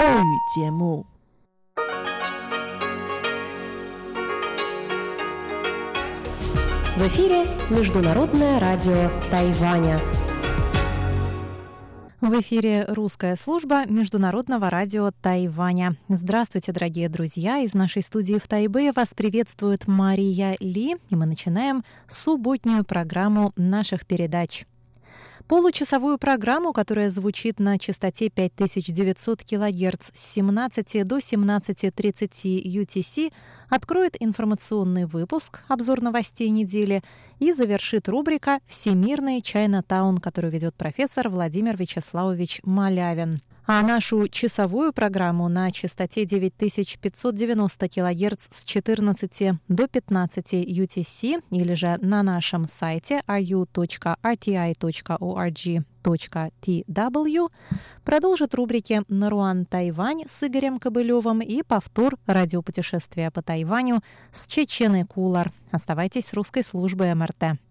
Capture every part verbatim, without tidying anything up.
В эфире Международное радио Тайваня. В эфире русская служба Международного радио Тайваня. Здравствуйте, дорогие друзья! Из нашей студии в Тайбэе вас приветствует Мария Ли, и мы начинаем субботнюю программу наших передач. Получасовую программу, которая звучит на частоте пять тысяч девятьсот килогерц с семнадцати до семнадцати тридцати ю ти си, откроет информационный выпуск, обзор новостей недели, и завершит рубрика «Всемирный Чайнатаун», которую ведет профессор Владимир Вячеславович Малявин. А нашу часовую программу на частоте девять тысяч пятьсот девяносто килогерц с четырнадцати до пятнадцати ю ти си или же на нашем сайте ар ю точка ар ти ай точка орг точка ти дабл ю продолжит рубрики «Наруан Тайвань» с Игорем Кобылевым и повтор радиопутешествия по Тайваню с Чеченой Кулар. Оставайтесь с русской службой эм эр тэ.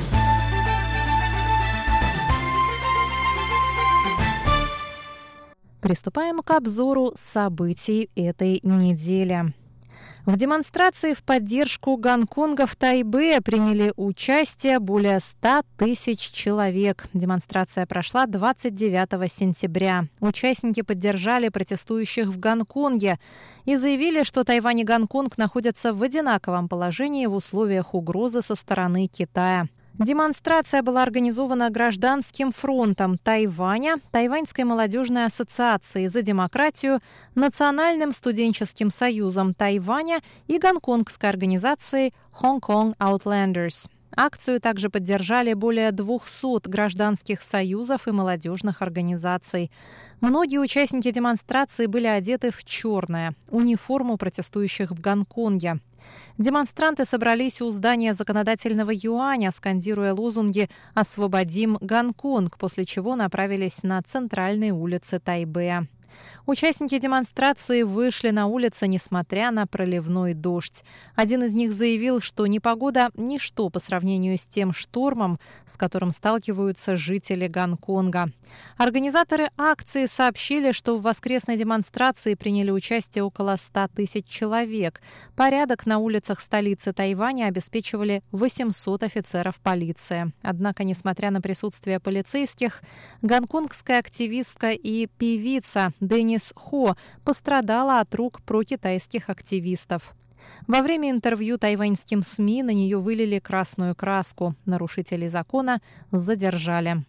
Приступаем к обзору событий этой недели. В демонстрации в поддержку Гонконга в Тайбэе приняли участие более ста тысяч человек. Демонстрация прошла двадцать девятого сентября. Участники поддержали протестующих в Гонконге и заявили, что Тайвань и Гонконг находятся в одинаковом положении в условиях угрозы со стороны Китая. Демонстрация была организована Гражданским фронтом Тайваня, Тайваньской молодежной ассоциацией за демократию, Национальным студенческим союзом Тайваня и гонконгской организацией Hong Kong Outlanders. Акцию также поддержали более двухсот гражданских союзов и молодежных организаций. Многие участники демонстрации были одеты в черное – униформу протестующих в Гонконге. Демонстранты собрались у здания законодательного юаня, скандируя лозунги «Освободим Гонконг», после чего направились на центральные улицы Тайбэя. Участники демонстрации вышли на улицы, несмотря на проливной дождь. Один из них заявил, что непогода – ничто по сравнению с тем штормом, с которым сталкиваются жители Гонконга. Организаторы акции сообщили, что в воскресной демонстрации приняли участие около ста тысяч человек. Порядок на улицах столицы Тайваня обеспечивали восемьсот офицеров полиции. Однако, несмотря на присутствие полицейских, гонконгская активистка и певица Деннис Хо пострадала от рук прокитайских активистов. Во время интервью тайваньским СМИ на нее вылили красную краску. Нарушителей закона задержали.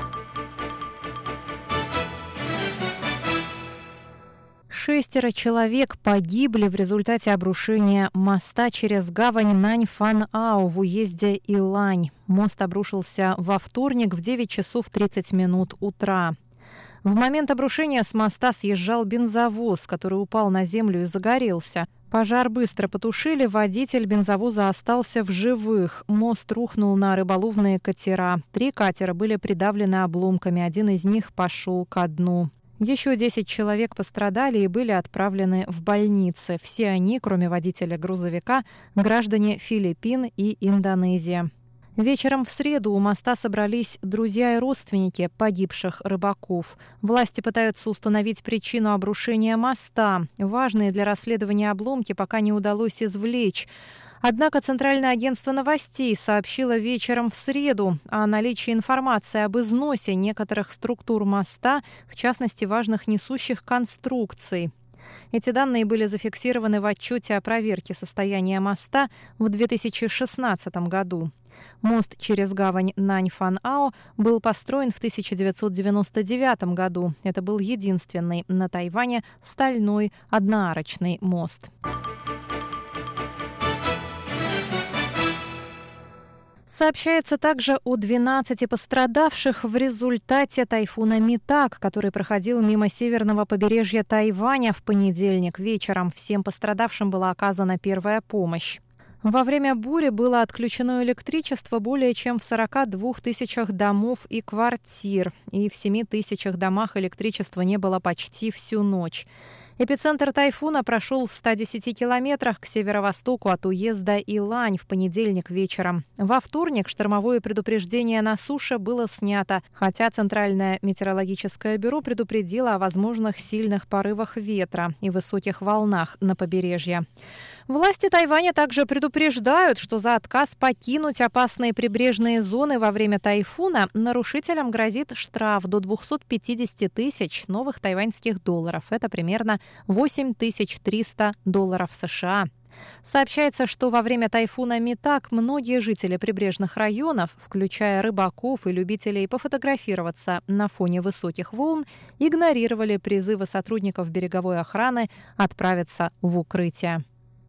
Шестеро человек погибли в результате обрушения моста через гавань Наньфан-Ау в уезде Илань. Мост обрушился во вторник в девять часов тридцать минут утра. В момент обрушения с моста съезжал бензовоз, который упал на землю и загорелся. Пожар быстро потушили, водитель бензовоза остался в живых. Мост рухнул на рыболовные катера. Три катера были придавлены обломками, один из них пошел ко дну. Еще десять человек пострадали и были отправлены в больницы. Все они, кроме водителя грузовика, граждане Филиппин и Индонезии. Вечером в среду у моста собрались друзья и родственники погибших рыбаков. Власти пытаются установить причину обрушения моста. Важные для расследования обломки пока не удалось извлечь. Однако Центральное агентство новостей сообщило вечером в среду о наличии информации об износе некоторых структур моста, в частности важных несущих конструкций. Эти данные были зафиксированы в отчете о проверке состояния моста в две тысячи шестнадцатом году. Мост через гавань Наньфан-Ау был построен в тысяча девятьсот девяносто девятом году. Это был единственный на Тайване стальной одноарочный мост. Сообщается также о двенадцати пострадавших в результате тайфуна Митак, который проходил мимо северного побережья Тайваня в понедельник вечером. Всем пострадавшим была оказана первая помощь. Во время бури было отключено электричество более чем в сорока двух тысячах домов и квартир, и в семи тысячах домах электричества не было почти всю ночь. Эпицентр тайфуна прошел в ста десяти километрах к северо-востоку от уезда Илань в понедельник вечером. Во вторник штормовое предупреждение на суше было снято, хотя Центральное метеорологическое бюро предупредило о возможных сильных порывах ветра и высоких волнах на побережье. Власти Тайваня также предупреждают, что за отказ покинуть опасные прибрежные зоны во время тайфуна нарушителям грозит штраф до двухсот пятидесяти тысяч новых тайваньских долларов. Это примерно восемь тысяч триста долларов США. Сообщается, что во время тайфуна Митак многие жители прибрежных районов, включая рыбаков и любителей пофотографироваться на фоне высоких волн, игнорировали призывы сотрудников береговой охраны отправиться в укрытие.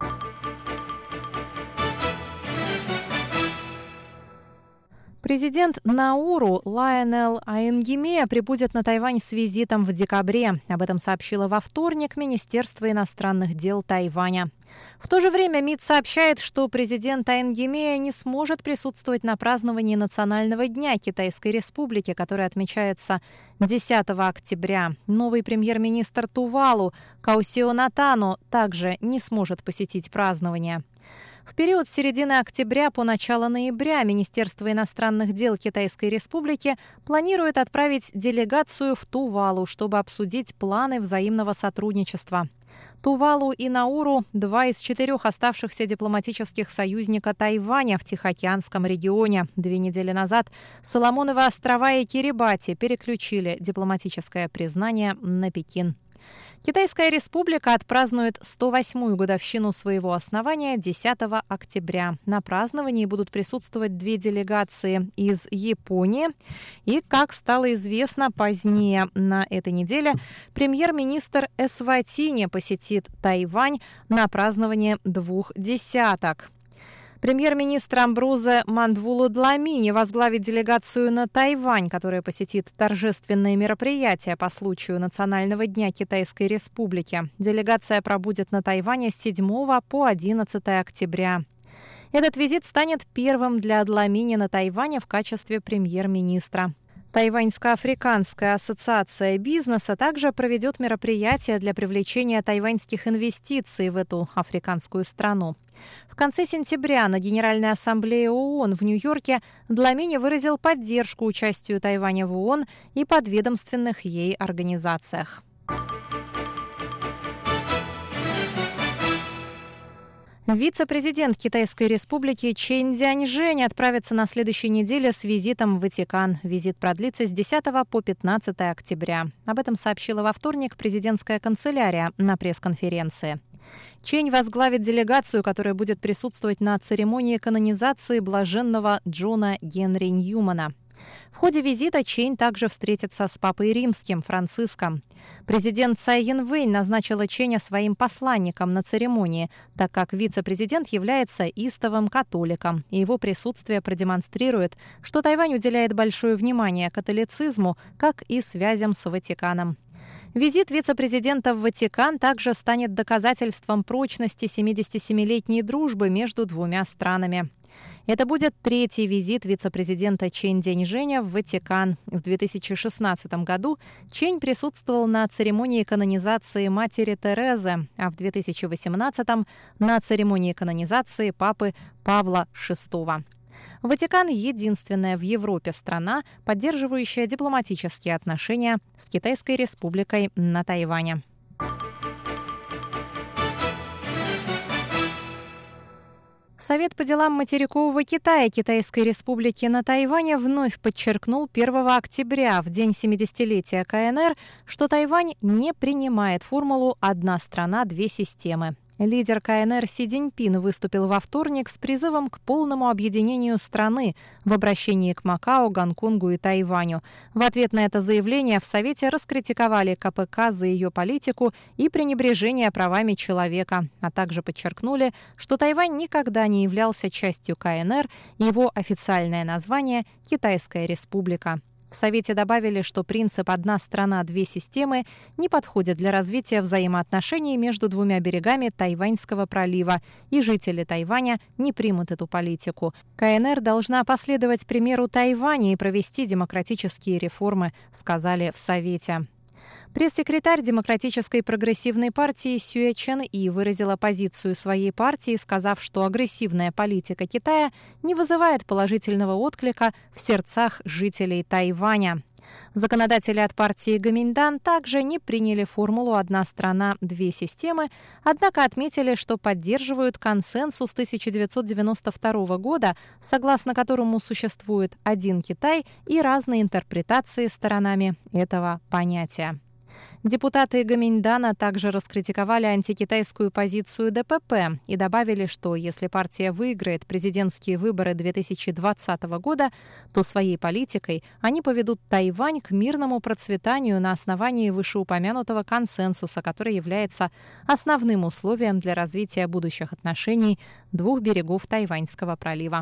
Президент Науру Лайонел Айнгемея прибудет на Тайвань с визитом в декабре. Об этом сообщило во вторник Министерство иностранных дел Тайваня. В то же время МИД сообщает, что президент Айнгемея не сможет присутствовать на праздновании Национального дня Китайской Республики, который отмечается десятого октября. Новый премьер-министр Тувалу Каусио Натано также не сможет посетить празднование. В период с середины октября по начало ноября Министерство иностранных дел Китайской Республики планирует отправить делегацию в Тувалу, чтобы обсудить планы взаимного сотрудничества. Тувалу и Науру – два из четырех оставшихся дипломатических союзника Тайваня в Тихоокеанском регионе. Две недели назад Соломоновы острова и Кирибати переключили дипломатическое признание на Пекин. Китайская республика отпразднует сто восьмую годовщину своего основания десятого октября. На праздновании будут присутствовать две делегации из Японии. И, как стало известно позднее на этой неделе, премьер-министр Эсватини посетит Тайвань на празднование двух десяток. Премьер-министр Амброзе Мандвулу Дламини возглавит делегацию на Тайвань, которая посетит торжественные мероприятия по случаю Национального дня Китайской Республики. Делегация пробудет на Тайване с седьмого по одиннадцатое октября. Этот визит станет первым для Дламини на Тайване в качестве премьер-министра. Тайваньско-африканская ассоциация бизнеса также проведет мероприятия для привлечения тайваньских инвестиций в эту африканскую страну. В конце сентября на Генеральной ассамблее ООН в Нью-Йорке Дламини выразил поддержку участию Тайваня в ООН и подведомственных ей организациях. Вице-президент Китайской Республики Чэнь Цзяньжэнь отправится на следующей неделе с визитом в Ватикан. Визит продлится с десятого по пятнадцатое октября. Об этом сообщила во вторник президентская канцелярия на пресс-конференции. Чэнь возглавит делегацию, которая будет присутствовать на церемонии канонизации блаженного Джона Генри Ньюмана. В ходе визита Чэнь также встретится с папой римским Франциском. Президент Цай Янвэнь назначила Чэня своим посланником на церемонии, так как вице-президент является истовым католиком, и его присутствие продемонстрирует, что Тайвань уделяет большое внимание католицизму, как и связям с Ватиканом. Визит вице-президента в Ватикан также станет доказательством прочности семидесятисемилетней дружбы между двумя странами. Это будет третий визит вице-президента Чэнь Цзяньжэня в Ватикан. В две тысячи шестнадцатом году Чэнь присутствовал на церемонии канонизации матери Терезы, а в две тысячи восемнадцатом – на церемонии канонизации папы Павла шестого. Ватикан – единственная в Европе страна, поддерживающая дипломатические отношения с Китайской Республикой на Тайване. Совет по делам материкового Китая Китайской Республики на Тайване вновь подчеркнул первого октября, в день семидесятилетия КНР, что Тайвань не принимает формулу «одна страна, две системы». Лидер КНР Си Цзиньпин выступил во вторник с призывом к полному объединению страны в обращении к Макао, Гонконгу и Тайваню. В ответ на это заявление в Совете раскритиковали КПК за ее политику и пренебрежение правами человека, а также подчеркнули, что Тайвань никогда не являлся частью КНР, его официальное название – Китайская Республика. В Совете добавили, что принцип «одна страна, две системы» не подходит для развития взаимоотношений между двумя берегами Тайваньского пролива, и жители Тайваня не примут эту политику. КНР должна последовать примеру Тайваня и провести демократические реформы, сказали в Совете. Пресс-секретарь Демократической прогрессивной партии Сюэ Чен И выразила позицию своей партии, сказав, что агрессивная политика Китая не вызывает положительного отклика в сердцах жителей Тайваня. Законодатели от партии Гоминьдан также не приняли формулу «одна страна, две системы», однако отметили, что поддерживают консенсус тысяча девятьсот девяносто второго года, согласно которому существует один Китай и разные интерпретации сторонами этого понятия. Депутаты Гоминьдана также раскритиковали антикитайскую позицию Дэ Пэ Пэ и добавили, что если партия выиграет президентские выборы две тысячи двадцатого года, то своей политикой они поведут Тайвань к мирному процветанию на основании вышеупомянутого консенсуса, который является основным условием для развития будущих отношений двух берегов Тайваньского пролива.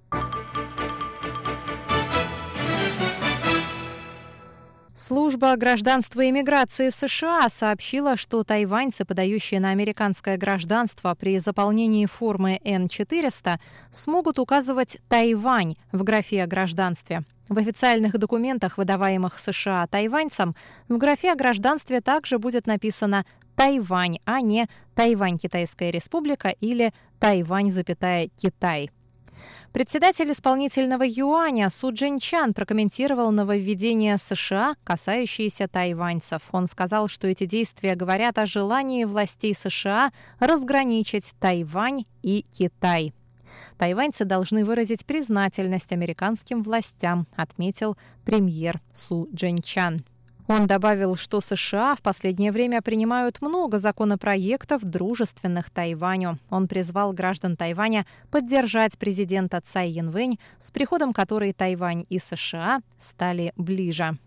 Служба гражданства и миграции США сообщила, что тайваньцы, подающие на американское гражданство при заполнении формы Эн четыреста, смогут указывать «Тайвань» в графе о гражданстве. В официальных документах, выдаваемых США тайваньцам, в графе о гражданстве также будет написано «Тайвань», а не «Тайвань, Китайская республика» или «Тайвань, запятая, Китай». Председатель исполнительного юаня Су Чжэньчан прокомментировал нововведения США, касающиеся тайваньцев. Он сказал, что эти действия говорят о желании властей США разграничить Тайвань и Китай. Тайваньцы должны выразить признательность американским властям, отметил премьер Су Чжэньчан. Он добавил, что США в последнее время принимают много законопроектов, дружественных Тайваню. Он призвал граждан Тайваня поддержать президента Цай Янвэнь, с приходом которой Тайвань и США стали ближе.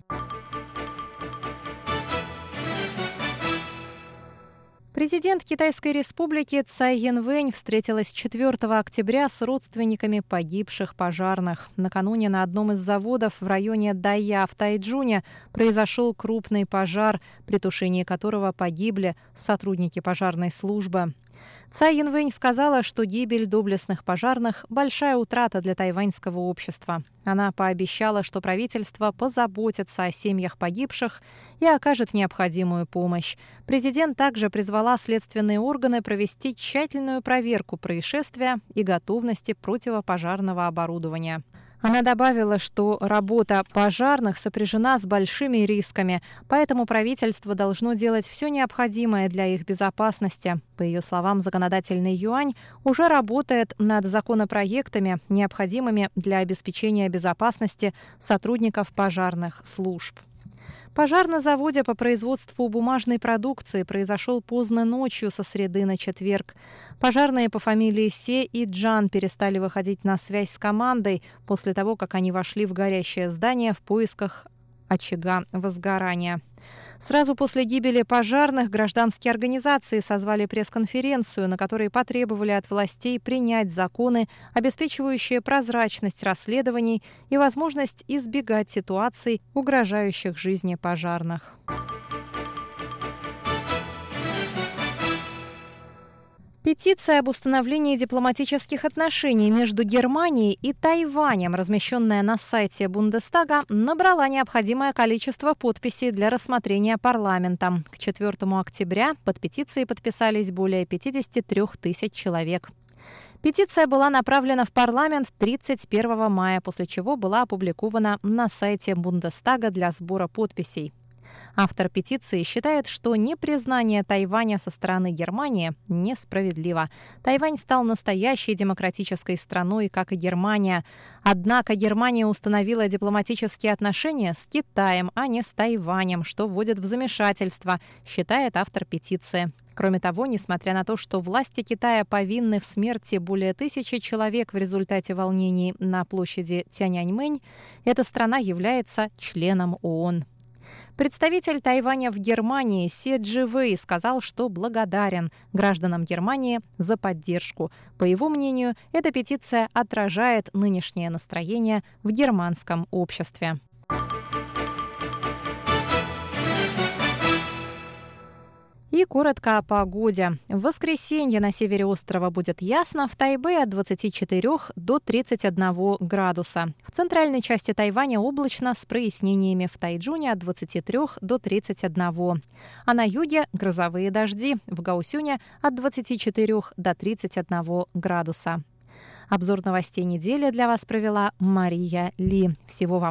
Президент Китайской республики Цай Янвэнь встретилась четвёртого октября с родственниками погибших пожарных. Накануне на одном из заводов в районе Дайя в Тайчжуне произошел крупный пожар, при тушении которого погибли сотрудники пожарной службы. Цай Янвэнь сказала, что гибель доблестных пожарных – большая утрата для тайваньского общества. Она пообещала, что правительство позаботится о семьях погибших и окажет необходимую помощь. Президент также призвала следственные органы провести тщательную проверку происшествия и готовности противопожарного оборудования. Она добавила, что работа пожарных сопряжена с большими рисками, поэтому правительство должно делать все необходимое для их безопасности. По ее словам, законодательный юань уже работает над законопроектами, необходимыми для обеспечения безопасности сотрудников пожарных служб. Пожар на заводе по производству бумажной продукции произошел поздно ночью со среды на четверг. Пожарные по фамилии Се и Джан перестали выходить на связь с командой после того, как они вошли в горящее здание в поисках очага возгорания. Сразу после гибели пожарных гражданские организации созвали пресс-конференцию, на которой потребовали от властей принять законы, обеспечивающие прозрачность расследований и возможность избегать ситуаций, угрожающих жизни пожарных. Петиция об установлении дипломатических отношений между Германией и Тайванем, размещенная на сайте Бундестага, набрала необходимое количество подписей для рассмотрения парламентом. К четвёртому октября под петицией подписались более пятьдесят три тысячи человек. Петиция была направлена в парламент тридцать первого мая, после чего была опубликована на сайте Бундестага для сбора подписей. Автор петиции считает, что непризнание Тайваня со стороны Германии несправедливо. Тайвань стал настоящей демократической страной, как и Германия. Однако Германия установила дипломатические отношения с Китаем, а не с Тайванем, что вводит в замешательство, считает автор петиции. Кроме того, несмотря на то, что власти Китая повинны в смерти более тысячи человек в результате волнений на площади Тяньаньмэнь, эта страна является членом ООН. Представитель Тайваня в Германии Се Дживэй сказал, что благодарен гражданам Германии за поддержку. По его мнению, эта петиция отражает нынешнее настроение в германском обществе. И И коротко о погоде. В воскресенье на севере острова будет ясно, в Тайбэе от двадцати четырёх до тридцати одного градуса. В центральной части Тайваня облачно с прояснениями, в Тайчжуне от двадцати трёх до тридцати одного. А на юге грозовые дожди, в Гаосюне от двадцати четырёх до тридцати одного градуса. Обзор новостей недели для вас провела Мария Ли. Всего вам